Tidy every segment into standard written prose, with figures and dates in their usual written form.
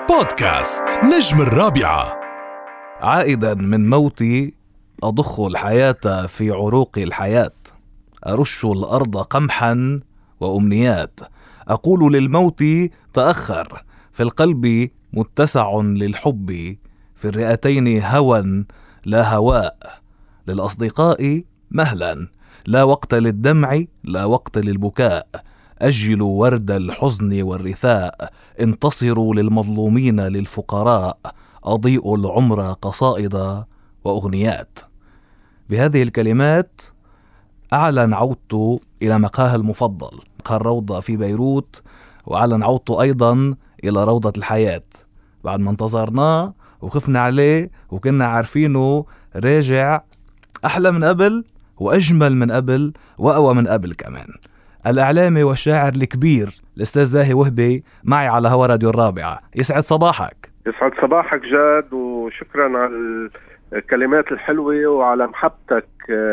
بودكاست نجم الرابعة. عائدا من موتي أضخ الحياة في عروق الحياة، أرش الأرض قمحا وأمنيات، أقول للموت تأخر، في القلب متسع للحب، في الرئتين هوى لا هواء، للأصدقاء مهلا، لا وقت للدمع لا وقت للبكاء، أجلوا ورد الحزن والرثاء، انتصروا للمظلومين للفقراء، أضيء العمر قصائد وأغنيات. بهذه الكلمات أعلن عودت إلى مقاهي المفضل، مقهى الروضة في بيروت، وأعلن عودت أيضا إلى روضة الحياة بعد ما انتظرناه وخفنا عليه وكنا عارفينه راجع أحلى من قبل وأجمل من قبل وأقوى من قبل كمان. الإعلامي والشاعر الكبير الأستاذ زاهي وهبي معي على هوا راديو الرابعة. يسعد صباحك. يسعد صباحك جاد، وشكرا على الكلمات الحلوة وعلى محبتك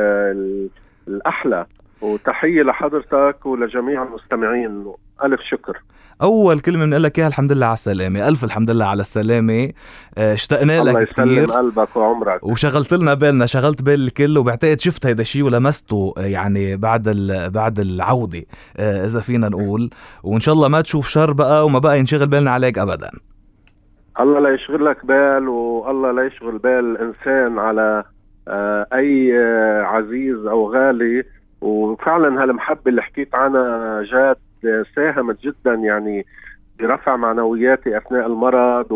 الأحلى، وتحية لحضرتك ولجميع المستمعين. ألف شكر. أول كلمة بنقول لك إياها الحمد لله على السلامة. ألف الحمد لله على السلامة. اشتقنا لك كثير. الله يسلم قلبك وعمرك. وشغلت لنا بالنا، شغلت بال الكل، وبعتقد شفت هيدا الشيء ولمسته يعني بعد العودة، إذا فينا نقول، وإن شاء الله ما تشوف شر بقى وما بقى ينشغل بالنا عليك أبدا. الله لا يشغل لك بال، والله لا يشغل بال الإنسان على أي عزيز أو غالي. وفعلا هالمحبة اللي حكيت عنها جاد ساهمت جدا يعني برفع معنوياتي أثناء المرض،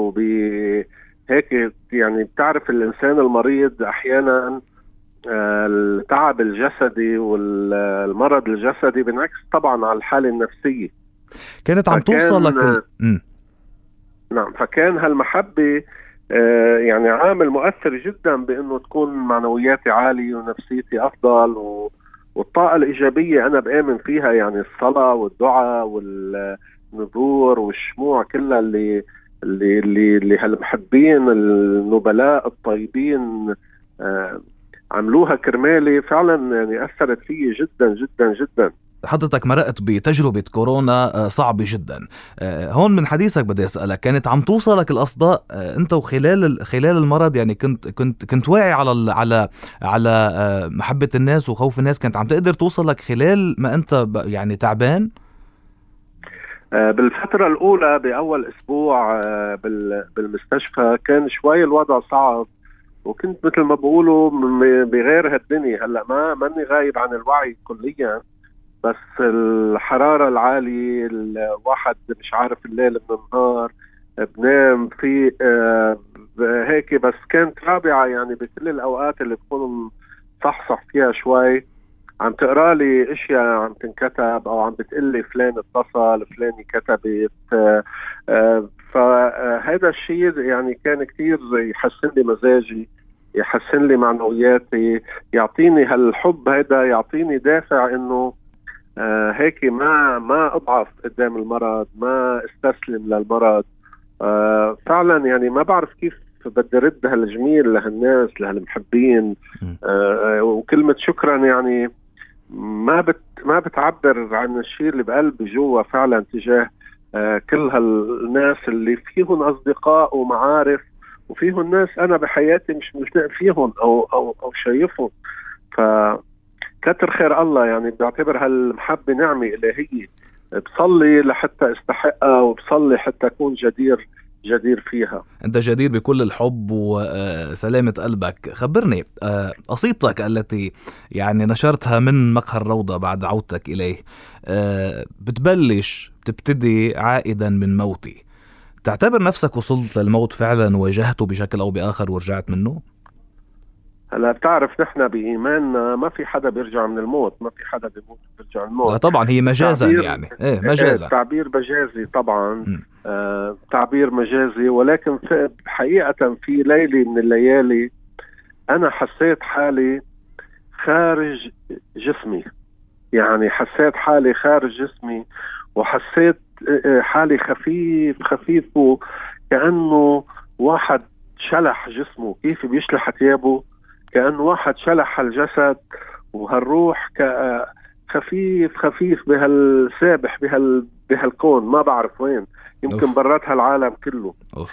وبهيك يعني بتعرف الإنسان المريض أحيانا التعب الجسدي والمرض الجسدي بنعكس طبعا على الحالة النفسية. كانت عم توصلك نعم، فكان هالمحبة يعني عامل مؤثر جدا بأنه تكون معنوياتي عالية ونفسيتي أفضل، والطاقة الإيجابية أنا بآمن فيها، يعني الصلاة والدعاء والنذور والشموع كلها اللي هالمحبين النبلاء الطيبين عملوها كرمالي، فعلا يعني أثرت فيه جدا جدا جدا. حضرتك مرقت بتجربة كورونا صعبة جدا. هون من حديثك بدي أسألك، كانت عم توصلك الأصداء أنت وخلال المرض؟ يعني كنت واعي على محبة الناس وخوف الناس؟ كانت عم تقدر توصلك خلال ما أنت يعني تعبان؟ بالفترة الأولى بأول أسبوع بالمستشفى كان شوي الوضع صعب، وكنت مثل ما بقولوا بغير هالدنيا. هلأ ماني غايب عن الوعي كليا، بس الحرارة العالية، الواحد مش عارف الليل من النهار، بنام في هيك. بس كانت رابعة يعني بكل الأوقات اللي بكون صحصح فيها شوي، عم تقرأ لي اشياء عم تنكتب، او عم بتقلي فلان اتصل، فلاني كتبت. فهذا الشيء يعني كان كتير يحسن لي مزاجي، يحسن لي معنوياتي، يعطيني هالحب، هذا يعطيني دافع انه هيك ما اضعف قدام المرض، ما استسلم للمرض. فعلا يعني ما بعرف كيف بدي رد هالجميل لهالناس، لهالمحبين. وكلمة شكرا يعني ما بتعبر عن الشيء اللي بقلبي جوا فعلا تجاه كل هالناس اللي فيهم أصدقاء ومعارف، وفيهم ناس أنا بحياتي مش ملتقي فيهم أو شايفهم. فكتر خير الله، يعني بعتبر هالمحبة نعمة إلهية، بصلي لحتى استحقها، وبصلي حتى أكون جدير فيها. أنت جدير بكل الحب وسلامة قلبك. خبرني قصيدتك التي يعني نشرتها من مقهى الروضة بعد عودتك إليه، بتبتدي عائدا من موتي. تعتبر نفسك وصلت للموت فعلا، واجهته بشكل أو بآخر ورجعت منه؟ هلا بتعرف نحن بإيماننا ما في حدا بيرجع من الموت، ما في حدا بيموت بيرجع من الموت. لا طبعا هي مجازا، يعني مجازا، تعبير مجازي طبعا. تعبير مجازي، ولكن حقيقة في ليلة من الليالي أنا حسيت حالي خارج جسمي، يعني حسيت حالي خارج جسمي، وحسيت حالي خفيف وكأنه واحد شلح جسمه، كيف بيشلح ثيابه، كأنه واحد شلح الجسد، وهالروح خفيف بهالسابح بهالكون، ما بعرف وين. يمكن براتها العالم كله.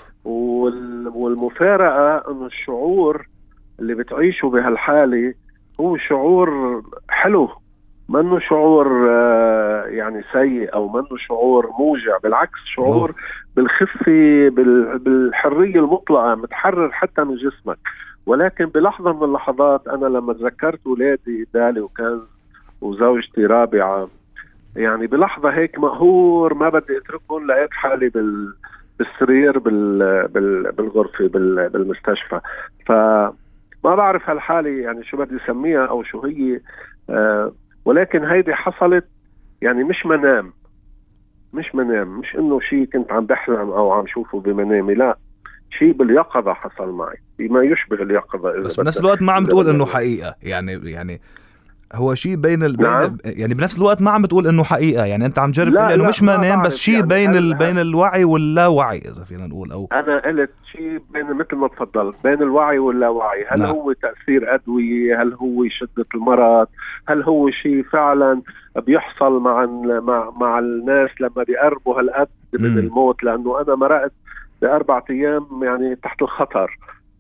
والمفارقة انه الشعور اللي بتعيشه بهالحالة هو شعور حلو، منه شعور يعني سيء او منه شعور موجع، بالعكس شعور بالخفة بالحرية المطلقة، متحرر حتى من جسمك. ولكن بلحظة من اللحظات انا لما تذكرت ولادي دالي وكنز وزوجتي رابعة، يعني بلحظة هيك مقهور ما بدي اتركهم، لقيت حالي بالسرير بالغرفة بالمستشفى. فما بعرف هالحالة يعني شو بدي اسميها او شو هي، ولكن هيدي حصلت يعني مش منام، مش انه شيء كنت عم بحلم او عم شوفه بمنامي، لا، شيء باليقظة حصل معي، ما يشبه اليقظة. بس بنفس الوقت ما عم تقول انه حقيقة، يعني هو شيء نعم؟ يعني بنفس الوقت ما عم تقول انه حقيقة، يعني انت عم جرب تقول انه مش منام، بس شيء يعني بين الوعي واللاوعي اذا فينا نقول. او انا قلت شيء بين، مثل ما تفضلت، بين الوعي واللاوعي. هل هو تأثير أدوية؟ هل هو شدة المرض؟ هل هو شيء فعلا بيحصل مع الناس لما بيقربوا هالقد من الموت؟ لانه انا مرقت ب4 أيام يعني تحت الخطر،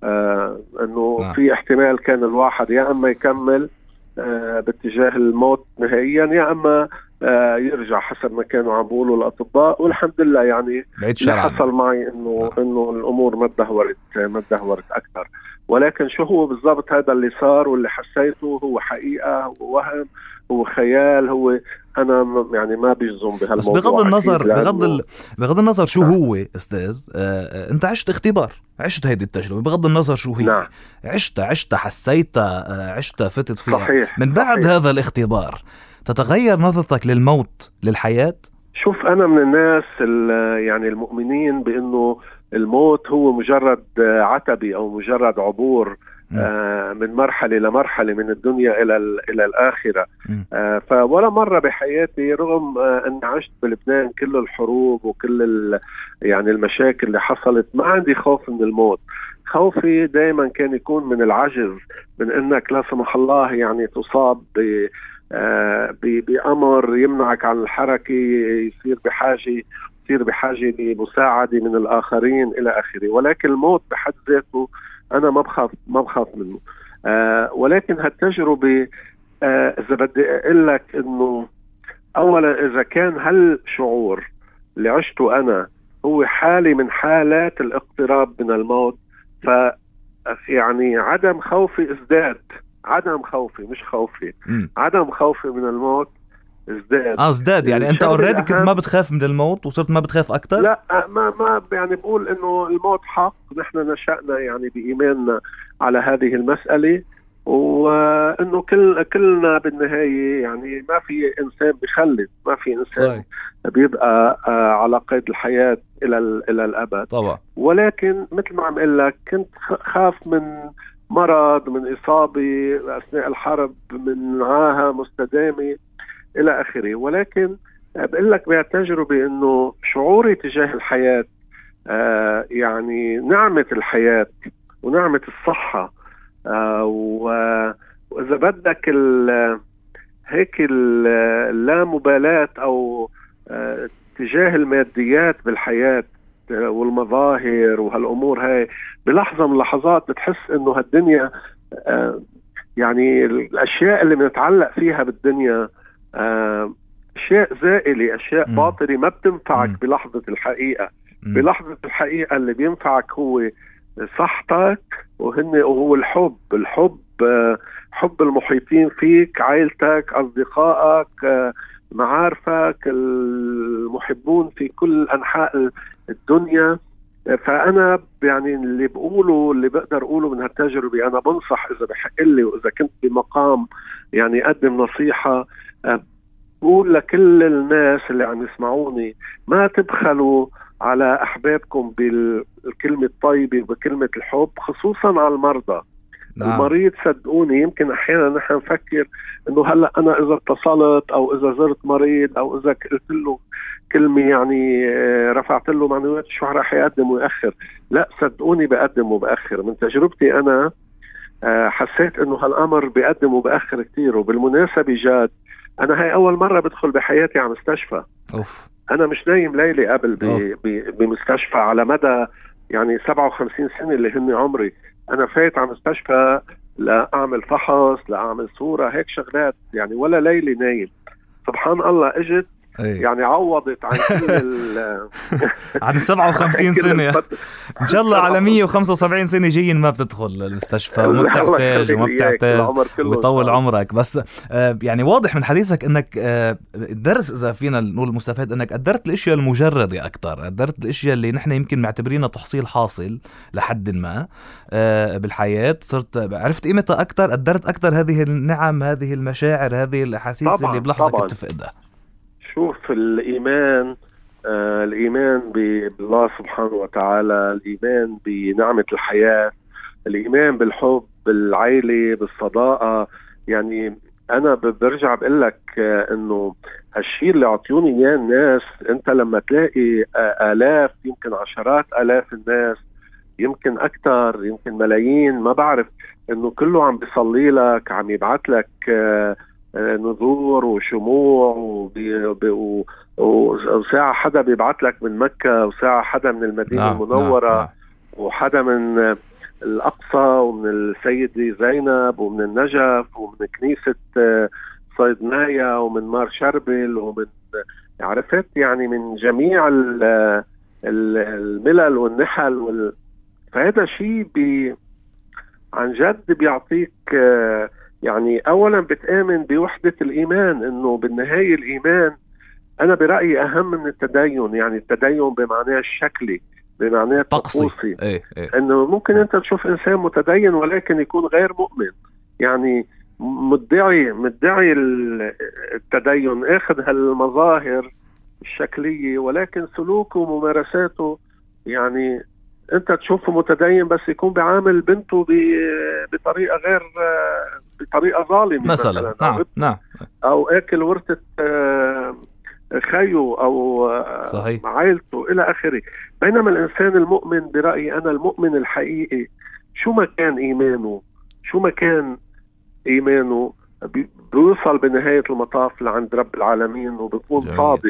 انه في احتمال كان الواحد يا اما يكمل باتجاه الموت نهائيا، يا اما يرجع حسب ما كانوا عم بيقولوا الاطباء. والحمد لله يعني اللي حصل معي انه الامور ما تدهورت اكثر. ولكن شو هو بالضبط هذا اللي صار واللي حسيته؟ هو حقيقه، هو وهم، هو خيال، هو انا يعني ما بيجزم بهالموضوع. بس بغض النظر شو هو استاذ، انت عشت اختبار، عشت هيدي التجربة بغض النظر شو هي. نعم. عشتها حسيتها، عشتها فتت فيها. صحيح. من بعد صحيح. هذا الاختبار تتغير نظرتك للموت للحياة؟ شوف، أنا من الناس يعني المؤمنين بأنه الموت هو مجرد عتبة أو مجرد عبور من مرحلة لمرحلة من الدنيا إلى الآخرة. فولا مرة بحياتي، رغم أن عشت بلبنان كل الحروب وكل يعني المشاكل اللي حصلت، ما عندي خوف من الموت. خوفي دائما كان يكون من العجز، من أنك لا سمح الله يعني تصاب بأمر يمنعك عن الحركة، يصير بحاجة لمساعدة من الآخرين إلى آخره. ولكن الموت بحد ذاته أنا ما بخاف منه. ولكن هالتجربة إذا بدي أقول لك إنه أولا، إذا كان هالشعور اللي عشته أنا هو حالة من حالات الاقتراب من الموت، يعني عدم خوفي ازداد. عدم خوفي مش خوفي، عدم خوفي من الموت ازداد. يعني انت اوريدي كنت ما بتخاف من الموت وصرت ما بتخاف اكتر؟ لا، ما يعني بقول انه الموت حق. نحن نشأنا يعني بإيماننا على هذه المسألة، وانه كلنا بالنهاية يعني ما في انسان بيخلد، ما في انسان بيبقى على قيد الحياة الى الابد طبعا. ولكن مثل ما عم اقول لك، كنت خاف من مرض، من إصابة أثناء الحرب، من عاهة مستدامة إلى آخره. ولكن بقول لك بهالتجربة إنه شعوري تجاه الحياة، يعني نعمة الحياة ونعمة الصحة، وإذا بدك هيك اللامبالاة أو تجاه الماديات بالحياة والمظاهر وهالأمور هاي، بلحظة من اللحظات بتحس إنه هالدنيا يعني الأشياء اللي بنتعلق فيها بالدنيا أشياء زائلة، أشياء باطلة ما بتنفعك بلحظة الحقيقة. بلحظة الحقيقة اللي بينفعك هو صحتك، وهو الحب حب المحيطين فيك، عائلتك، أصدقائك، معارفك، المحبون في كل أنحاء الدنيا. فأنا يعني اللي بقدر أقوله من هالتجربة، أنا بنصح إذا بحق لي وإذا كنت بمقام يعني أقدم نصيحة، بقول لكل الناس اللي عم يسمعوني: ما تبخلوا على أحبابكم بالكلمة الطيبة وبكلمة الحب، خصوصا على المرضى. نعم. المريض صدقوني، يمكن أحيانا نحن نفكر إنه هلأ أنا إذا اتصلت أو إذا زرت مريض أو إذا قلت له كلمة يعني رفعت له معنويات، شو راح يقدم ويأخر. لا، صدقوني بقدم وبأخر. من تجربتي أنا حسيت إنه هالأمر بقدم وبأخر كتير. وبالمناسبة جاد، أنا هاي أول مرة بدخل بحياتي على مستشفى. أنا مش نايم ليلي قبل بمستشفى على مدى يعني 57 سنة اللي هن عمري. أنا فايت على مستشفى لا أعمل فحص، لا أعمل صورة، هيك شغلات يعني، ولا ليلي نايم. سبحان الله اجت يعني عوضت عن كل عن 57 سنة. إن شاء الله على 175 سنة جايين ما بتدخل المستشفى وما بتحتاج وما بتعتاز ويطول عمرك. بس يعني واضح من حديثك أنك الدرس، إذا فينا نقول مستفاد، أنك قدرت الأشياء المجردة أكتر، قدرت الأشياء اللي نحن يمكن معتبرينها تحصيل حاصل لحد ما بالحياة، صرت عرفت قيمتها أكتر، قدرت أكتر هذه النعم، هذه المشاعر، هذه الأحاسيس اللي بلحظة كنت تفقدها. شوف الإيمان بالله سبحانه وتعالى، الإيمان بنعمة الحياة، الإيمان بالحب، بالعيلة، بالصداقة. يعني أنا برجع بقول لك إنه هالشيء اللي عطيوني إياه الناس، أنت لما تلاقي آلاف يمكن عشرات آلاف الناس، يمكن أكتر، يمكن ملايين، ما بعرف، إنه كله عم بيصلي لك، عم يبعت لك نذور وشموع وساعة حدا بيبعت لك من مكة، وساعة حدا من المدينة المنورة، وحدا من الأقصى، ومن السيدة زينب، ومن النجف، ومن كنيسة صيدنايا، ومن مار شربل، ومن عرفت يعني من جميع الملل والنحل فهذا شيء عن جد بيعطيك يعني أولا بتآمن بوحدة الإيمان، إنه بالنهاية الإيمان أنا برأيي أهم من التدين. يعني التدين بمعناه الشكلي، بمعناه الطقوسي. إنه ممكن أنت تشوف إنسان متدين ولكن يكون غير مؤمن، يعني مدعي التدين، أخذ هالمظاهر الشكلية، ولكن سلوكه وممارساته يعني انت تشوفه متدين بس يكون بيعامل بنته بطريقة غير، بطريقة ظالمة مثلا. نعم. او اكل ورثة خيو او صحيح. عائلته الى اخره. بينما الانسان المؤمن برأيي انا، المؤمن الحقيقي، شو ما كان ايمانه بيوصل بنهاية المطاف لعند رب العالمين، وبيكون صادق،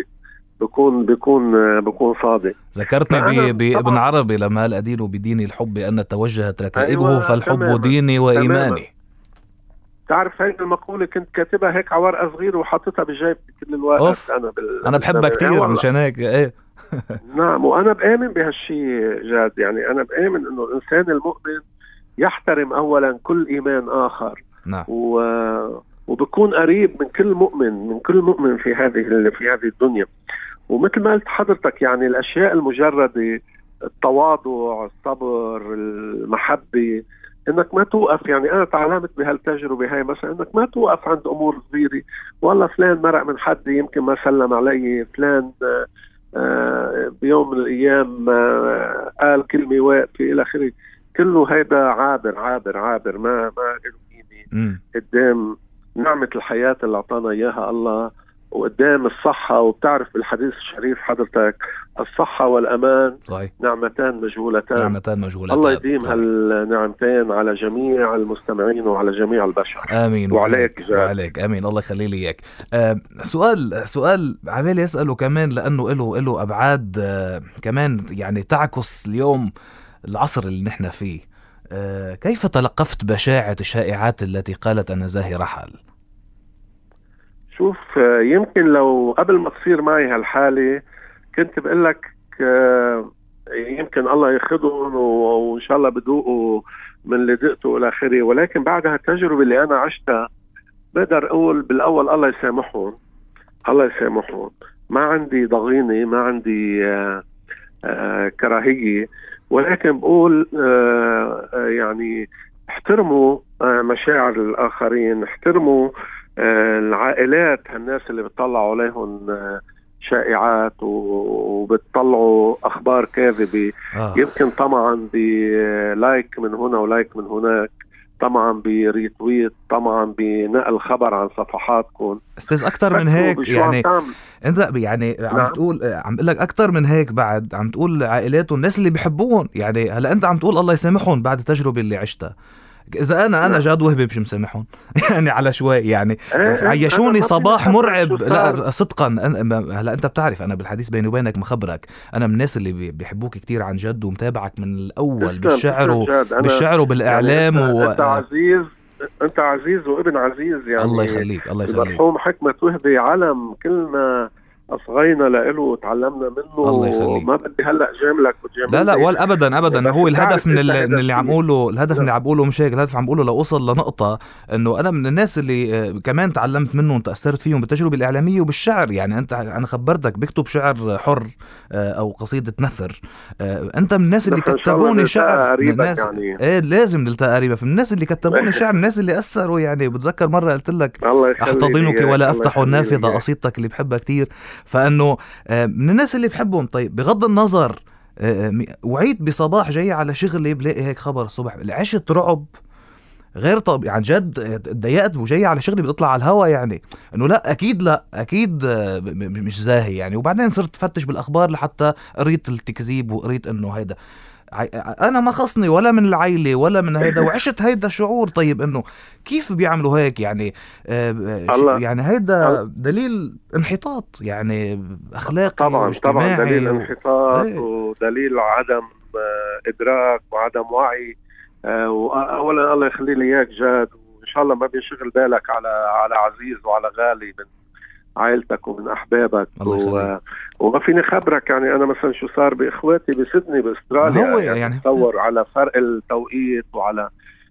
بكون صادق. ذكرتني بابن عربي لما قال أدين بدين الحب أن توجهت ركائبه، فالحب ديني وإيماني. تعرف هاي المقولة كنت كاتبها هيك على ورقة صغيرة وحطيتها بجيبتي كل الوقت. أنا بحبها كتير مشان هيك. نعم، وأنا بآمن بهالشيء جاد. يعني أنا بآمن إنه الإنسان المؤمن يحترم أولا كل إيمان آخر. نعم. وبكون قريب من كل مؤمن في هذه الدنيا. ومثل ما قلت حضرتك، يعني الأشياء المجردة، التواضع، الصبر، المحبة، إنك ما توقف. يعني أنا تعلمت بهالتجربة هاي مثلا إنك ما توقف عند أمور صغيرة. والله فلان مرق من حد يمكن ما سلم علي، فلان بيوم من الأيام قال كلمة واقفة إلى آخره. كله هيدا عابر ما قلقيني قدام نعمة الحياة اللي أعطانا إياها الله، وقدام الصحة. وبتعرف بالحديث الشريف حضرتك الصحة والأمان صحيح. نعمتان مجهولتان. الله يديم هالنعمتين على جميع المستمعين وعلى جميع البشر. آمين. وعليك آمين. الله يخلي لي إياك. سؤال عمالي يسأله كمان، لأنه له أبعاد كمان يعني تعكس اليوم العصر اللي نحن فيه. كيف تلقفت بشاعة الشائعات التي قالت أن زاهي رحل؟ شوف، يمكن لو قبل ما تصير معي هالحالة كنت بقول لك يمكن الله ياخذهم وإن شاء الله بدوقوا من اللي دقته إلى آخره. ولكن بعد هالتجربة اللي أنا عشتها بقدر أقول بالأول الله يسامحهم. ما عندي ضغينة، ما عندي كراهية، ولكن بقول يعني احترموا مشاعر الآخرين، احترموا العائلات، الناس اللي بتطلعوا عليهم شائعات وبتطلعوا أخبار كاذبة. يمكن طبعا بلايك من هنا ولايك من هناك، طبعا بريتويت، طبعا بنقل خبر عن صفحاتكم. استاذ أكتر من هيك يعني انت يعني عم تقول، عم بقول لك أكتر من هيك، بعد عم تقول عائلاتهم، الناس اللي بيحبوهم. يعني هلا انت عم تقول الله يسامحهم بعد التجربة اللي عشتها. إذا أنا جاد وهبي مش مسامحهم يعني على شوي يعني عيشوني صباح مرعب. لا صدقا هلا أنت بتعرف أنا بالحديث بيني وبينك مخبرك، أنا من الناس اللي بيحبوك كتير عن جد ومتابعك من الأول بالشعر وبالإعلام يعني أنت عزيز وابن عزيز يعني. الله يخليك الله يخليك. المرحوم حكمة وهبي علم كلنا أصغينا لإله وتعلمنا منه. الله يخليك. ما بدي هلأ جاملك وتجاملني. لا ولا أبدا هو الهدف من اللي عم قوله، الهدف اللي عم قوله مش هيك، الهدف عم قوله لأوصل لنقطة إنه أنا من الناس اللي كمان تعلمت منهم وتأثرت فيهم بالتجربة الإعلامية وبالشعر. يعني أنا خبرتك بكتب شعر حر أو قصيدة نثر. أنت من الناس اللي كتبوني شعر، من الناس يعني. إيه لازم نلتقى قريبا. في الناس اللي كتبوني شعر، من الناس اللي أثروا يعني. بتذكر مرة قلت لك أحتضنك ولا أفتح النافذة، قصيدتك اللي بحبها كتير. فأنه من الناس اللي بحبهم. طيب بغض النظر وعيت بصباح جاي على شغلي بلاقي هيك خبر الصبح، عشت رعب غير طبيعي عن جد. اتضايقت وجاي على شغلي بتطلع على الهوا يعني انه لا اكيد مش زاهي يعني. وبعدين صرت فتش بالاخبار لحتى قريت التكذيب وقريت انه هيدا انا ما خصني ولا من العائله ولا من هيدا وعشت هيدا الشعور. طيب انه كيف بيعملوا هيك يعني؟ يعني هيدا دليل انحطاط يعني اخلاقي طبعا دليل انحطاط ودليل عدم ادراك وعدم وعي. واولا الله يخلي لي اياك جاد، وان شاء الله ما بينشغل بالك على عزيز وعلى غالي من عائلتك ومن احبابك. وما فيني خبرك يعني انا مثلا شو صار باخواتي بسيدني باستراليا يعني تصور على فرق التوقيت وعلى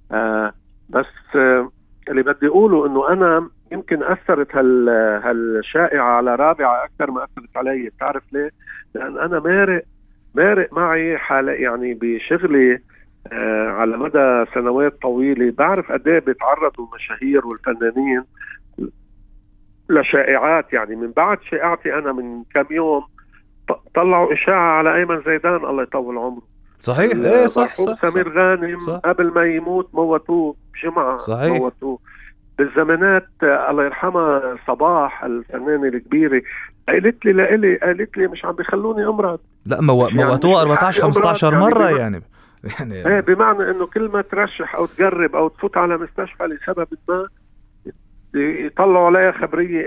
بس اللي بدي اقوله انه انا يمكن اثرت هالشائعه على رابعه اكثر ما اثرت علي. بتعرف ليه؟ لان انا مارق معي حالة يعني بشغلي على مدى سنوات طويله. بعرف قد ايه بيتعرضوا المشاهير والفنانين لشائعات. يعني من بعد شائعتي أنا من كم يوم طلعوا إشاعة على أيمن زيدان الله يطول عمره. صحيح. صح سمير غانم صح. قبل ما يموت موتوه بجمعة. صحيح. موتوه بالزمانات الله يرحمها صباح الفنانة الكبيرة قالت لي مش عم بيخلوني أمرض. لا موتوه 14-15 مرة يعني ايه بمعنى انه كل ما ترشح او تجرب او تفوت على مستشفى لسبب ما يطلعوا عليها خبرية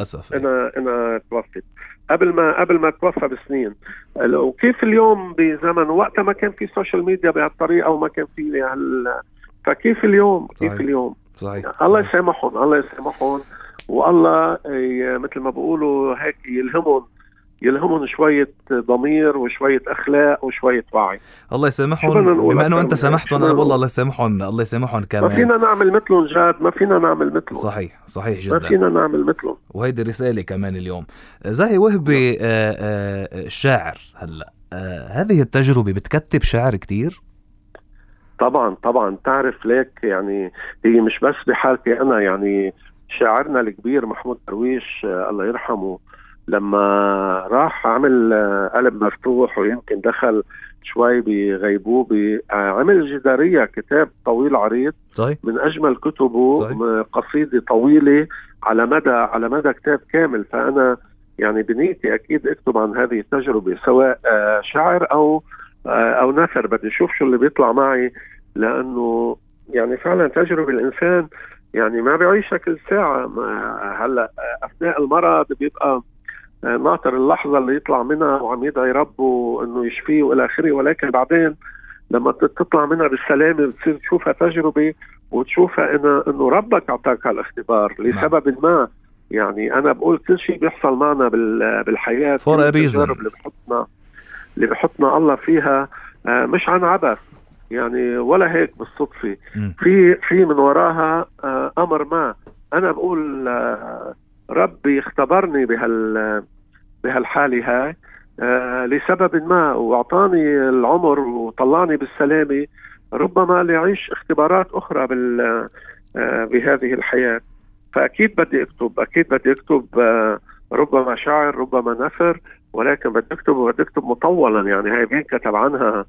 انا توفت قبل ما توفى بسنين. وكيف اليوم بزمن وقتها ما كان في سوشيال ميديا بهالطريقة وما كان في فكيف اليوم صحيح. كيف اليوم صحيح. الله يسامحهم والله مثل ما بقولوا هيك يلهمهم شوية ضمير وشوية أخلاق وشوية وعي. الله يسامحهم. بما أنه أنت سامحتهم أنا بقول الله يسامحهم كمان. ما فينا نعمل مثلهم جاد، ما فينا نعمل مثلهم. صحيح جدا. ما فينا نعمل مثلهم. وهيدي رسالة كمان اليوم. زاهي وهبي الشاعر هلأ هذه التجربة بتكتب شعر كتير؟ طبعا تعرف ليك يعني هي مش بس بحالتي أنا. يعني شاعرنا الكبير محمود درويش الله يرحمه لما راح عمل قلب مفتوح ويمكن دخل شوي بغيبوبة عمل جدارية كتاب طويل عريض صحيح. من أجمل كتبه صحيح. قصيدة طويلة على مدى كتاب كامل. فأنا يعني بنيتي أكيد أكتب عن هذه التجربة سواء شعر أو نثر. بدي أشوف شو اللي بيطلع معي لأنه يعني فعلا تجربة الإنسان يعني ما بيعيشها كل ساعة. هلأ أثناء المرض بيبقى ناطر اللحظة اللي يطلع منها وعم يدعي ربه انه يشفيه والى اخره. ولكن بعدين لما تطلع منها بالسلامة بتصير تشوفها تجربة وتشوفها انه ربك اعطاك هالاختبار لسبب ما. يعني انا بقول كل شيء بيحصل معنا بالحياة التجارب اللي بحطنا الله فيها مش عن عبث يعني ولا هيك بالصدفة. في من وراها امر ما. انا بقول ربي اختبرني بهالحالة هاي لسبب ما وأعطاني العمر وطلعني بالسلامة. ربما ليعيش اختبارات أخرى بهذه الحياة. فأكيد بدي أكتب ربما شعر ربما نثر، ولكن بدي أكتب مطولا. يعني هاي بينكتب عنها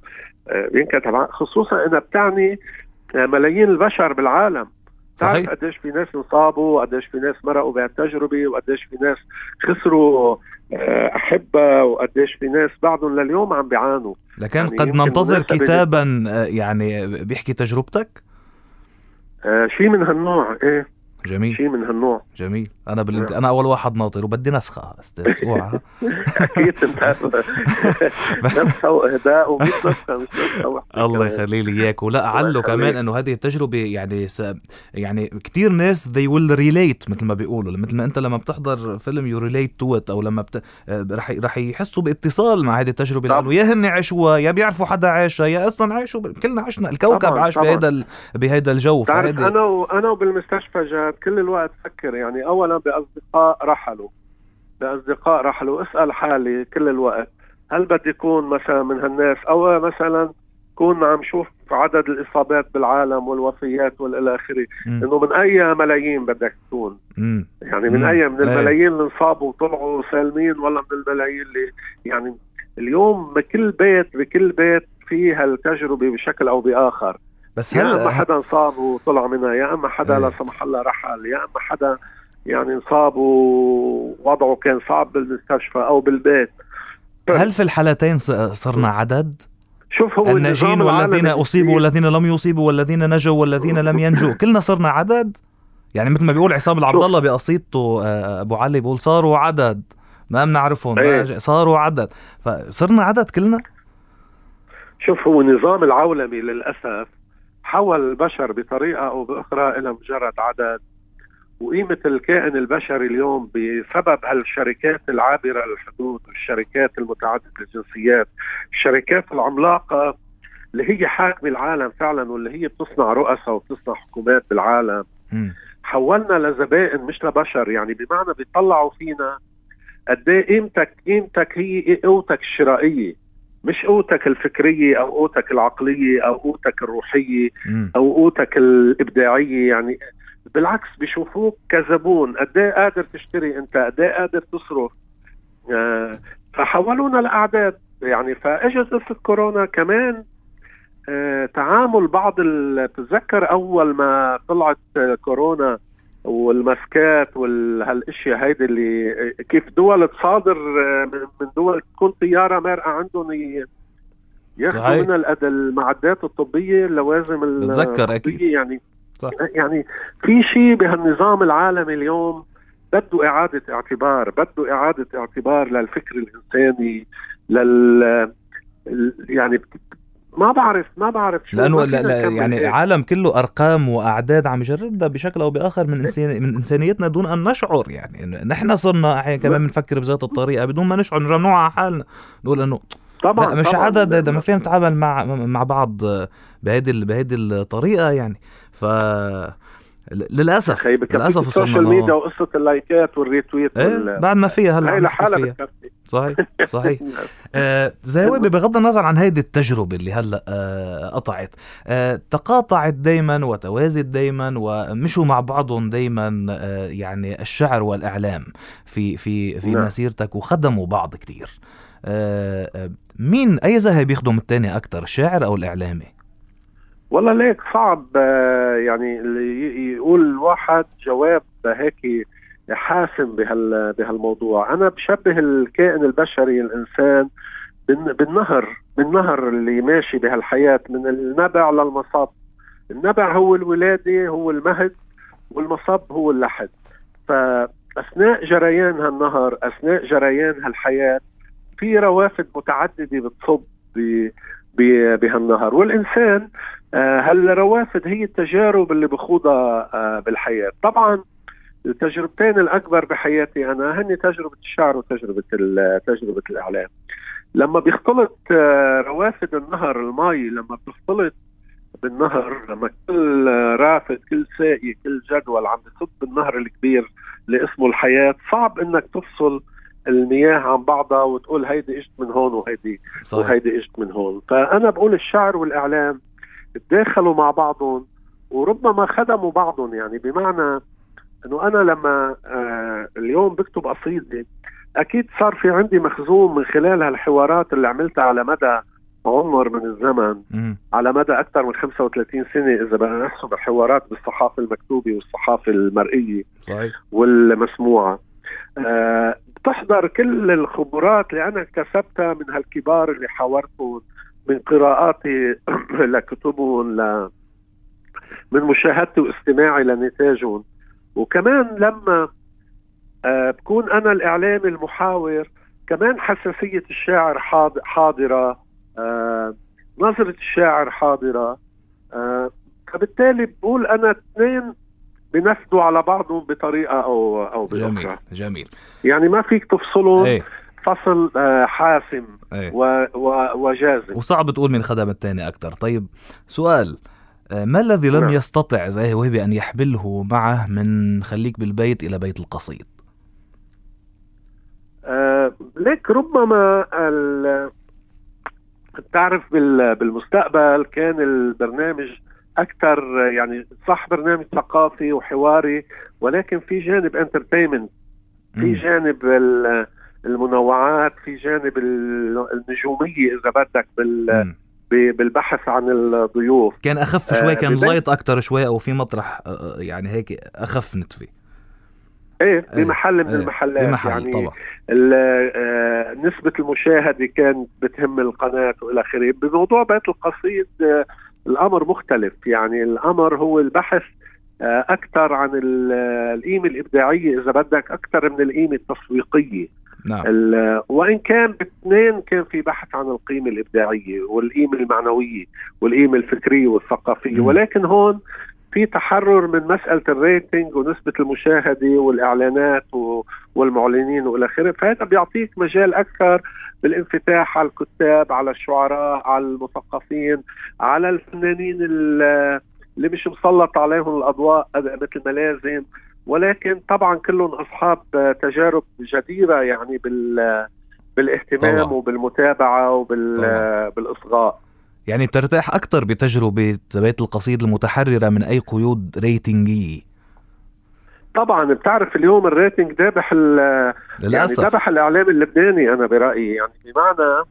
خصوصا إنها بتعني ملايين البشر بالعالم. تعرف قديش في ناس انصابوا وقديش في ناس مرقوا بهالتجربة وقديش في ناس خسروا أحبة وقديش في ناس بعضهم لليوم عم بيعانوا. لكن يعني قد ننتظر كتابا يعني بيحكي تجربتك؟ شيء من هالنوع. ايه جميل، شيء من هالنوع. جميل. انا اول واحد ناطر وبدي نسخه استاذ. اوعى. اكيد انت نفسه واهداء ومش نفسه، مش نفسه. الله يخلي لي اياك. ولا اعلو كمان انه هذه التجربه يعني كتير ناس they will relate مثل ما بيقولوا، مثل ما انت لما بتحضر فيلم you relate to it، او لما رح يحسوا باتصال مع هذه التجربه، لانه يا هن عاشوها يا بيعرفوا حدا عاشها يا اصلا عاشوا. كلنا عشنا، الكوكب طبعاً عاش بهيدا الجو. تعرف انا وبالمستشفى جاد كل الوقت فكر، يعني اولا باصدقاء رحلوا اسال حالي كل الوقت، هل بدي يكون مثلا من هالناس، او مثلا كون عم شوف عدد الاصابات بالعالم والوفيات والى اخره، انه من اي ملايين بدك تكون، يعني من اي من الملايين اللي انصابوا وطلعوا سالمين، ولا من الملايين اللي يعني اليوم بكل بيت في هالتجربه بشكل او باخر. بس يا اما حدا انصاب وطلع منها، يا اما حدا لا سمح الله رحل، يا اما حدا يعني انصاب ووضعه كان صعب بالمستشفى او بالبيت. هل في الحالتين صرنا عدد؟ شوف، هو الناجين والذين اصيبوا والذين لم يصيبوا والذين نجوا والذين لم ينجوا، كلنا صرنا عدد. يعني مثل ما بيقول عصام العبد الله بقصيدته ابو علي، بيقول صاروا عدد ما بنعرفهم، صاروا عدد، فصرنا عدد كلنا. شوف، هو النظام العولمي للاسف حول البشر بطريقه او باخرى الى مجرد عدد، وقيمة الكائن البشري اليوم بسبب هالشركات العابرة للحدود والشركات المتعددة الجنسيات، الشركات العملاقة اللي هي حاكمة العالم فعلا، واللي هي بتصنع رؤساء وبتصنع حكومات بالعالم. حولنا لزبائن مش لبشر، يعني بمعنى بيطلعوا فينا قد ايه قيمتك هي قوتك الشرائية، مش قوتك الفكرية أو قوتك العقلية أو قوتك الروحية أو قوتك الإبداعية. يعني بالعكس بيشوفوك كزبون، قد ايه قادر تشتري انت، قد ايه قادر تصرف. فحولونا لأعداد يعني. فاجت قصة كورونا كمان، تعامل بعض بتتذكر أول ما طلعت كورونا والمسكات والهالاشياء هيدي، اللي كيف دول تصادر من دول تكون طيارة مارقة عندهم ياخذوا منها المعدات الطبية، اللوازم الطبية. يعني صح. يعني في شيء بهالنظام العالمي اليوم بده إعادة اعتبار للفكر الإنساني، يعني ما بعرف شو، لأنه يعني العالم كله أرقام وأعداد عم يجردها بشكل أو بآخر من إنسانيتنا دون أن نشعر. يعني نحن صرنا أحيانا كمان بنفكر بذات الطريقة بدون ما نشعر، نرجع على حالنا نقول إنه طبعا مش عدد، ده ما فينا نتعامل مع بعض بهيدي الطريقة. يعني للأسف السوشيال ميديا وقصة اللايكات والريتويت بعدنا فيها هلا، هاي لحالها بتكفي. صحيح. زاوي بغض النظر عن هيدي التجربة اللي هلا قطعت، تقاطعت دايما وتوازت دايما ومشوا مع بعضهم دايما، يعني الشعر والإعلام في مسيرتك، وخدموا بعض كتير. مين أي ذهب يخدم التاني أكتر، الشاعر أو الإعلامي؟ والله ليك صعب يعني اللي يقول الواحد جواب هيك حاسم بهالموضوع. أنا بشبه الكائن البشري الإنسان بالنهر اللي ماشي بهالحياة من النبع للمصب. النبع هو الولادة، هو المهد، والمصب هو اللحد. فأثناء جريان هالنهر، أثناء جريان هالحياة، في روافد متعددة بتصب بهالنهر. والإنسان هالروافد هي التجارب اللي بخوضها بالحياة. طبعا التجربتين الأكبر بحياتي أنا هن تجربة الشعر وتجربة الإعلام. لما بيختلط روافد النهر، الماء لما بتختلط بالنهر، لما كل رافد، كل ساقي، كل جدول عم بصب بالنهر الكبير اللي اسمه الحياة، صعب انك تفصل المياه عن بعضها وتقول هيدي اجت من هون وهيدي اجت من هون. فأنا بقول الشعر والإعلام تداخلوا مع بعضهم وربما خدموا بعضهم. يعني بمعنى انه انا لما اليوم بكتب قصيدة، اكيد صار في عندي مخزون من خلال هالحوارات اللي عملتها على مدى عمر من الزمن، على مدى اكثر من 35 سنة اذا بدنا نحسب الحوارات بالصحافة المكتوبة والصحافة المرئية صحيح والمسموعة. بتحضر كل الخبرات اللي انا اكتسبتها من هالكبار اللي حاورتهم، من قراءاتي لكتبهم، من مشاهدتي واستماعي لنتاجهم. وكمان لما بكون أنا الإعلامي المحاور، كمان حساسية الشاعر حاضرة، نظرة الشاعر حاضرة، فبالتالي بقول أنا اثنين بنفدوا على بعضهم بطريقة أو بأخرى. جميل. يعني ما فيك تفصلهم فصل حاسم وجازم، وصعب تقول من خدم الثاني أكتر. طيب سؤال، ما الذي لم يستطع زاهي وهبي أن يحمله معه من خليك بالبيت إلى بيت القصيد؟ ليك ربما تعرف بالمستقبل كان البرنامج أكثر، يعني صح برنامج ثقافي وحواري، ولكن في جانب انترتينمنت، في جانب المنوعات، في جانب النجومية إذا بدك بالبحث عن الضيوف. كان أخف شوي، كان لايت أكتر شوي، أو في مطرح يعني هيك أخف نتفي. بمحل من المحلات، بمحل يعني طبعا. نسبة المشاهدة كانت بتهم القناة وإلى آخره. بموضوع بيت القصيد الأمر مختلف، يعني الأمر هو البحث أكثر عن القيمة الإبداعية إذا بدك، أكثر من القيمة التسويقية. نعم. وإن كان باثنين كان في بحث عن القيمة الإبداعية والقيمة المعنوية والقيمة الفكرية والثقافية. ولكن هون في تحرر من مسألة الريتنج ونسبة المشاهدة والإعلانات والمعلنين وإلى آخره، فهذا بيعطيك مجال أكثر بالانفتاح على الكتاب، على الشعراء، على المثقفين، على الفنانين اللي مش مسلط عليهم الأضواء مثل ما لازم، ولكن طبعا كلهم أصحاب تجارب جديرة يعني بالاهتمام طبعا. وبالمتابعة وبالإصغاء. يعني ترتاح أكتر بتجربة بيت القصيد المتحررة من أي قيود ريتنجية. طبعا بتعرف اليوم الريتنج دابح للأسف. يعني دابح الإعلام اللبناني أنا برأيي، يعني بمعنى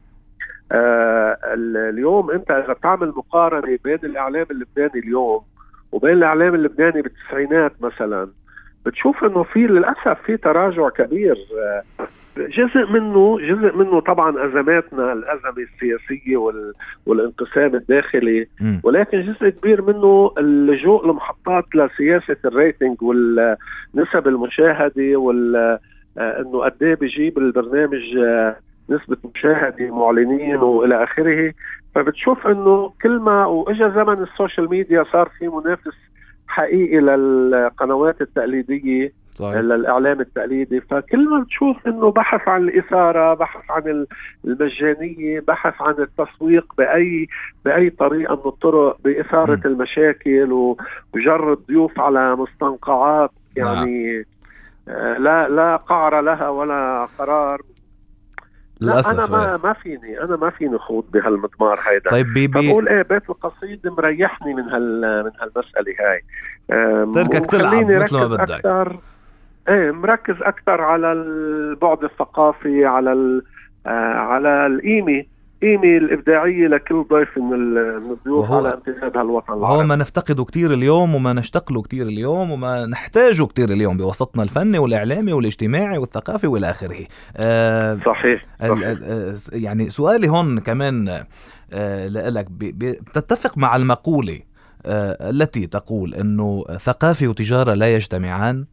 اليوم أنت إذا بتعمل مقارنة بين الإعلام اللبناني اليوم وبين الإعلام اللبناني بالتسعينات مثلا، بتشوف إنه في للأسف في تراجع كبير. جزء منه طبعا أزماتنا، الأزمة السياسية والانقسام الداخلي، ولكن جزء كبير منه اللجوء لمحطات لسياسة الريتنج والنسب المشاهدة إنه قد ايه بيجيب البرنامج نسبة مشاهدة، معلنين وإلى آخره. فبتشوف إنه كل ما وإجا زمن السوشيال ميديا صار في منافس حقيقي للقنوات التقليدية، صحيح. للإعلام التقليدي. فكل ما بتشوف إنه بحث عن الإثارة، بحث عن المجانية، بحث عن التسويق بأي طريقة من الطرق، بإثارة المشاكل وجر الضيوف على مستنقعات يعني لا قعر لها ولا قرار. لا أنا ما فيني خوض بهالمضمار هيدا. طيب فبقول بيت القصيد مريحني من هالمسألة هاي، تركك تلعب مثل ما بدك. مركز أكثر على البعد الثقافي، على القيمة الإبداعية لكل ضيف من الضيوف على امتداد هالوطن العربي. هو ما نفتقده كتير اليوم، وما نشتغله كتير اليوم، وما نحتاجه كتير اليوم بوسطنا الفني والإعلامي والاجتماعي والثقافي والى آخره. صحيح. يعني سؤالي هون كمان لك، بتتفق مع المقولة التي تقول إنه ثقافة وتجارة لا يجتمعان؟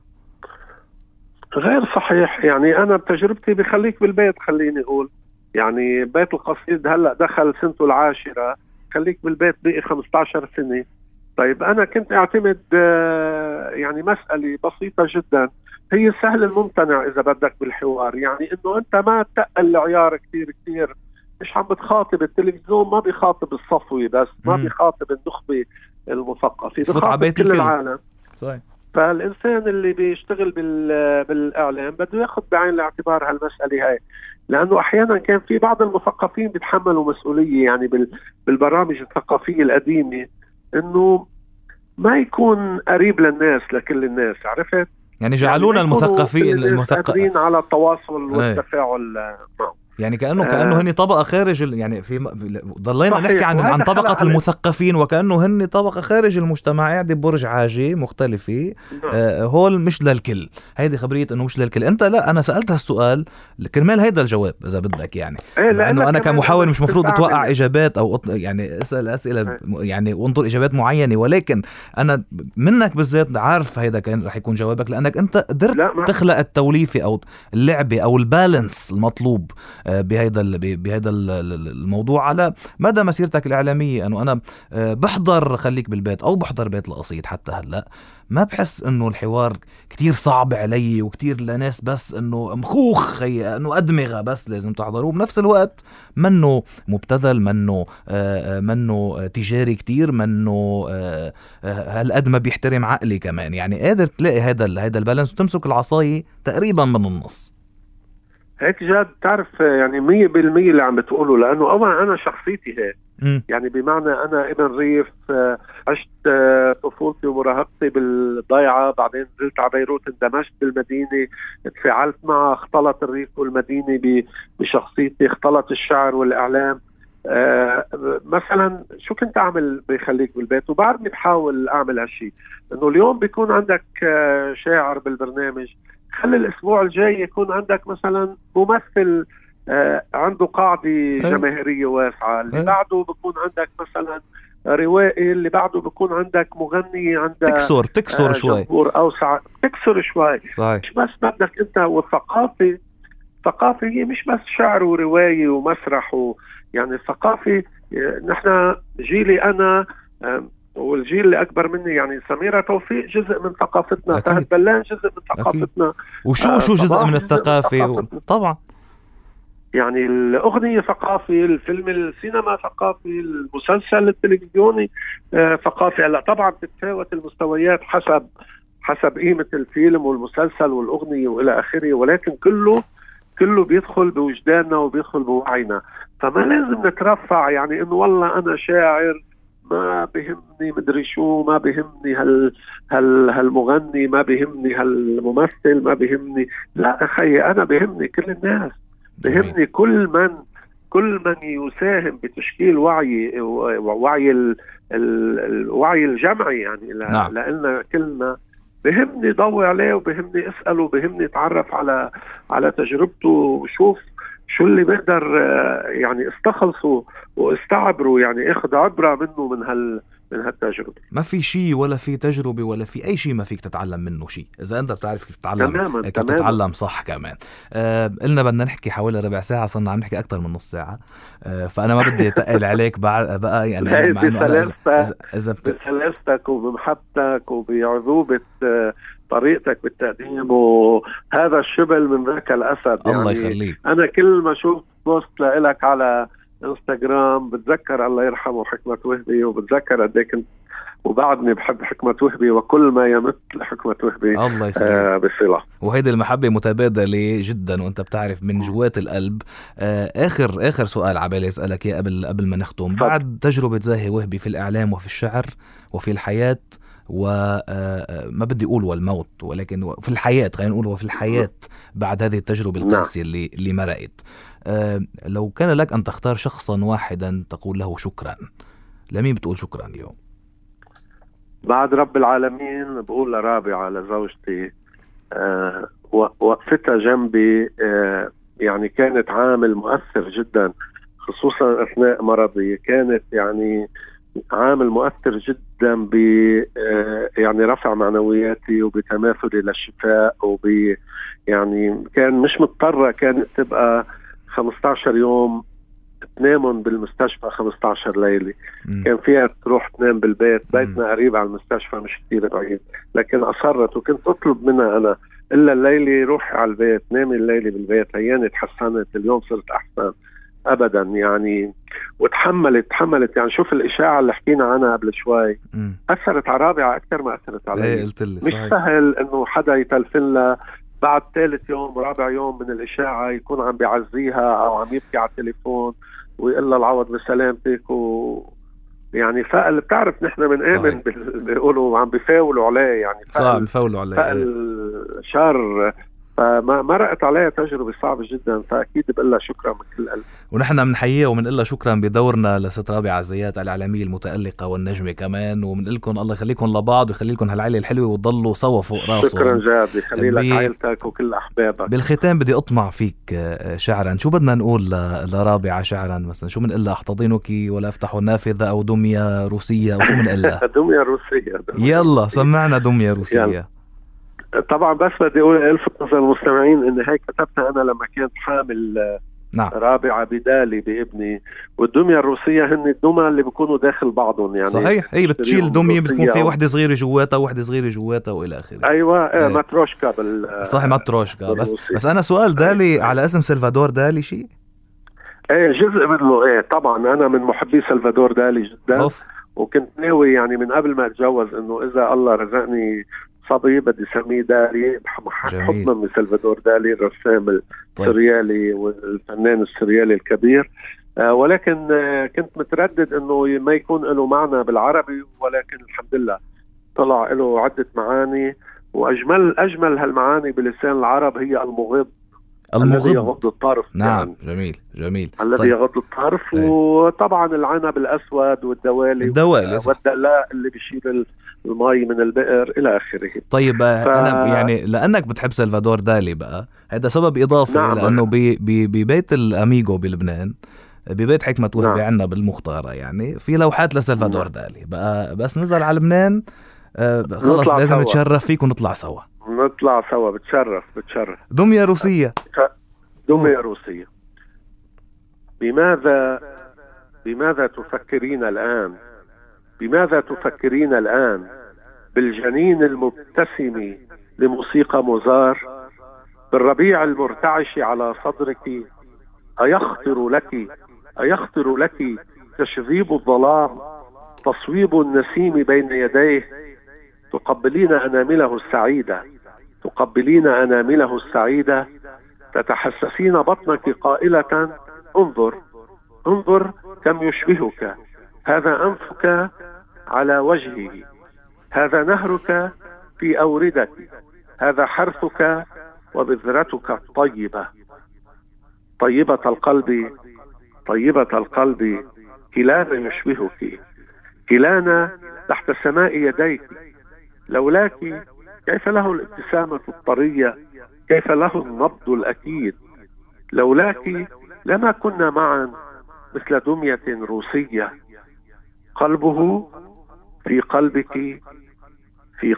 غير صحيح. يعني أنا بتجربتي بخليك بالبيت، خليني أقول يعني بيت القصيد هلأ دخل سنته العاشرة، خليك بالبيت بقي 15 سنة. طيب أنا كنت أعتمد يعني مسألة بسيطة جدا، هي السهل الممتنع إذا بدك بالحوار، يعني إنه أنت ما تقل العيار كتير، مش عم بتخاطب التلفزيون، ما بيخاطب الصفوي بس، ما بيخاطب النخبة المثقفة، بيخاطب كل العالم. صحيح. فالإنسان اللي بيشتغل بالإعلام بده ياخد بعين الاعتبار هالمسألة هاي، لأنه أحيانا كان في بعض المثقفين بيتحملوا مسؤولية يعني بالبرامج الثقافية القديمة، إنه ما يكون قريب للناس، لكل الناس، عرفت؟ يعني جعلونا المثقفين قادرين على التواصل والتفاعل معه. يعني كأنه هن طبقة خارج يعني ضلينا نحكي عن طبقة المثقفين، وكأنه هن طبقة خارج المجتمع قاعدة برج عاجي مختلفة. هول مش للكل، هيدي خبرية انه مش للكل. انت لا، انا سألت هالسؤال كرمال هيدا الجواب اذا بدك، يعني لانه انا كمحاور مش مفروض اتوقع اجابات او يعني اسأل اسئلة يعني وانطر اجابات معينة، ولكن انا منك بالذات عارف هيدا كان رح يكون جوابك، لانك انت قدرت تخلق التوليفة او اللعبة او البالانس المطلوب بهذا الموضوع على مدى مسيرتك الإعلامية. أنه أنا بحضر خليك بالبيت أو بحضر بيت القصيد حتى هلأ، ما بحس أنه الحوار كتير صعب علي وكتير لناس بس أنه مخوخ أنه أدمغة بس لازم تحضره، بنفس الوقت منه مبتذل، منه تجاري كتير، منه هالقد ما بيحترم عقلي كمان. يعني قادر تلاقي هذا البالانس وتمسك العصاية تقريبا من النص. هيك جد تعرف يعني 100% اللي عم بتقوله، لأنه أولا أنا شخصيتي هيك. يعني بمعنى أنا ابن ريف، عشت طفولتي ومراهقتي بالضيعة، بعدين نزلت على بيروت، اندمجت بالمدينة، تفاعلت معها، اختلط الريف والمدينة بشخصيتي، اختلط الشعر والإعلام. مثلا شو كنت أعمل بخليك بالبيت، وبعدني بحاول أعمل هالشي. إنه اليوم بيكون عندك شاعر بالبرنامج، خلي الأسبوع الجاي يكون عندك مثلا ممثل عنده قاعدة جماهيرية واسعة، اللي بعده بيكون عندك مثلا روائي، اللي بعده بيكون عندك مغني عندك تكسر شوي، أوسع، تكسر شوي. صحيح. مش بس بدك أنت، والثقافة هي مش بس شعر ورواية ومسرح يعني الثقافة. نحن جيلي أنا والجيل اللي أكبر مني، يعني سميرة توفيق جزء من ثقافتنا، فهد بلان جزء من ثقافتنا. وشو جزء من الثقافة طبعا. يعني الأغنية ثقافي، الفيلم السينما ثقافي، المسلسل التلفزيوني ثقافي. هلا طبعا تتفاوت المستويات حسب قيمة الفيلم والمسلسل والأغنية وإلى آخره، ولكن كله بيدخل بوجداننا وبيدخل بوعينا. فما لازم نترفع يعني إنه والله أنا شاعر، ما بيهمني مدري شو، ما بيهمني هالمغني، ما بيهمني هالممثل، ما بيهمني. لا أخي، أنا بيهمني كل الناس، بيهمني كل من يساهم بتشكيل الوعي الجمعي. يعني لأن كلنا بيهمني ضوي عليه، وبيهمني أسأله، وبيهمني أتعرف على تجربته، وشوف شو اللي بقدر يعني استخلصه واستعبره، يعني اخذ عبرة منه من هالتجربة. ما في شيء ولا في تجربة ولا في أي شيء ما فيك تتعلم منه شيء إذا أنت بتعرف كيف تتعلم، كيف تتعلم صح كمان. قلنا بدنا نحكي حوالي ربع ساعة، صرنا عم نحكي أكتر من نص ساعة. فأنا ما بدي أتقل عليك بقى يعني بسلستك وبمحبتك وبعذوبة طريقتك بالتقديم، وهذا الشبل من ذاك الأسد. الله يعني يخليك. أنا كل ما شوف بوست لك على انستغرام بتذكر الله يرحمه حكمة وهبي، وبتذكر قد ايه كنت وبعدني بحب حكمة وهبي، وكل ما يمت لحكمة وهبي الله يخليك بصلة. وهيدي المحبة متبادلة جدا، وانت بتعرف من جوات القلب. آخر سؤال عبالي أسألك يا قبل ما نختم. بعد تجربة زاهي وهبي في الإعلام وفي الشعر وفي الحياة، وما بدي أقول والموت، ولكن في الحياة، خلينا نقول وفي الحياة، بعد هذه التجربة القاسية اللي مرقت، لو كان لك أن تختار شخصا واحدا تقول له شكرا، لمين بتقول شكرا اليوم؟ بعد رب العالمين بقول لرابعة، لزوجتي. وقفتها جنبي يعني كانت عامل مؤثر جدا، خصوصا أثناء مرضي. كانت يعني عامل مؤثر جدا يعني رفع معنوياتي وبتماثلي للشفاء، يعني كان مش مضطرة كانت تبقى 15 يوم تنامن بالمستشفى 15 ليلة. كان فيها تروح تنام بالبيت، بيتنا قريب على المستشفى مش كتير بعيد، لكن أصرت. وكنت أطلب منها أنا إلا الليلة روحي على البيت، نامي الليلة بالبيت، هياني تحسنت، اليوم صرت أحسن. أبدا يعني. وتحملت يعني. شوف الإشاعة اللي حكينا عنها قبل شوي أثرت على رابعة أكثر ما أثرت علي. مش سهل إنه حدا يتلفن لها بعد ثالث يوم رابع يوم من الإشاعة يكون عم بيعزيها أو عم يبكي على التليفون ويقول لها العوض بسلامتك. يعني فقل بتعرف نحن من آمن بيقولوا عم بيفاولوا عليه، يعني صعب بيفاولوا عليه، فقل شر فما رأت عليها تجربة صعبة جدا، فأكيد بقول لها شكرا من كل قلب. ونحن بنحييها وبنقول لها شكرا بدورنا لست رابعة عزيات الإعلامية المتألقة والنجمة كمان، وبنقول لكم الله يخليكم لبعض ويخلي لكم هالعائلة الحلوة وتضلوا سوا فوق راسهم. شكرا جاد، يخلي لك عائلتك وكل أحبابك. بالختام بدي أطمع فيك شعرا، شو بدنا نقول لرابعة شعرا مثلا؟ شو بنقول لها؟ أحتضنك ولا أفتح النافذة أو دمية روسية أو شو بنقول لها؟ دمية روسية. يلا سمعنا دمية روسية. طبعا بس بدي اقول الفت نظر المستمعين ان هيك كتبتها انا لما كنت حامل رابعة بدالي بابني، والدمية الروسية هن الدمى اللي بيكونوا داخل بعضهم يعني. صحيح، هي بتشيل دمية بتكون في وحدة صغيرة جواتها وحدة صغيرة جواتها والى اخره. ايوه ماتروشكا صحيح ماتروشكا. بس انا سؤال دالي على اسم سلفادور دالي شيء؟ ايه جزء منه. طبعا انا من محبي سلفادور دالي جدا. وكنت ناوي يعني من قبل ما اتجوز انه اذا الله رزقني صبي بدي سميه دالي حكما من سلفادور دالي الرسام السوريالي والفنان السوريالي الكبير. ولكن كنت متردد انه ما يكون له معنى بالعربي، ولكن الحمد لله طلع له عدة معاني، واجمل هالمعاني بلسان العرب هي المغض الذي يغض الطرف. نعم يعني جميل الذي يغض الطرف. وطبعا العنب الأسود والدوالي والدلاء اللي بيشيل الماء من البئر إلى آخره. طيب أنا يعني لأنك بتحب سلفادور دالي بقى، هذا سبب إضافي. نعم. لأنه ببيت الأميغو بلبنان، ببيت حكمة وهبي عنا بالمختارة يعني في لوحات لسلفادور دالي بقى. بس نزل على لبنان خلص لازم نتشرف فيك ونطلع سوا. بتشرف. دمية روسية. دمية روسية. بماذا تفكرين الآن؟ بماذا تفكرين الآن بالجنين المبتسم لموسيقى موزار، بالربيع المرتعش على صدرك؟ أيخطر لك تشذيب الظلام، تصويب النسيم بين يديه؟ تقبلين أنامله السعيدة، تتحسسين بطنك قائلة انظر كم يشبهك، هذا أنفك على وجهه، هذا نهرك في أوردك، هذا حرثك وبذرتك الطيبة، طيبة القلب كلانا يشبهك، كلانا تحت سماء يديك، لولاك كيف له الابتسامة الطرية، كيف له النبض الأكيد، لولاك لما كنا معا مثل دمية روسية، قلبه في قلبك، في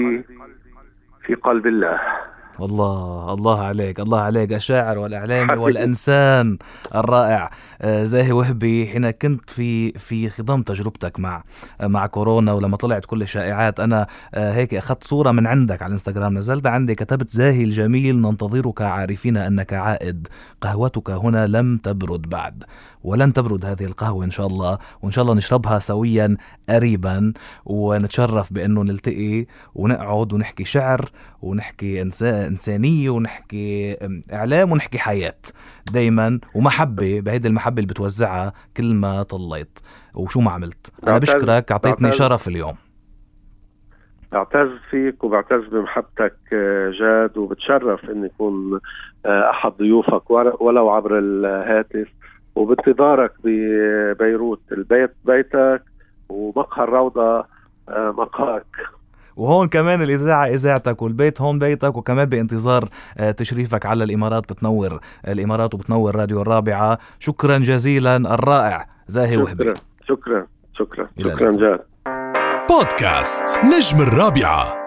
قلب الله. الله عليك الشاعر والإعلامي والإنسان الرائع زاهي وهبي. حين كنت في خضم تجربتك مع كورونا ولما طلعت كل الشائعات، أنا هيك أخذت صورة من عندك على الانستغرام، نزلت عندي كتبت: زاهي الجميل ننتظرك عارفين أنك عائد، قهوتك هنا لم تبرد بعد، ولن تبرد هذه القهوة إن شاء الله، وإن شاء الله نشربها سويا قريبا، ونتشرف بأنه نلتقي ونقعد ونحكي شعر ونحكي إنسانية ونحكي إعلام ونحكي حياة دايما، ومحبة بهيدي المحبة اللي بتوزعها كل ما طليت وشو ما عملت. أنا بشكرك، أعطيتني شرف اليوم. بعتز فيك وبعتز بمحبتك جاد، وبتشرف إن يكون أحد ضيوفك ولو عبر الهاتف، وبانتظارك ببيروت، البيت بيتك ومقهى الروضة مقهاك، وهون كمان الإذاعة إذاعتك والبيت هون بيتك، وكمان بانتظار تشريفك على الإمارات، بتنور الإمارات وبتنور راديو الرابعة. شكرا جزيلا الرائع زاهي وهبي. شكرا جاد. بودكاست نجم الرابعة.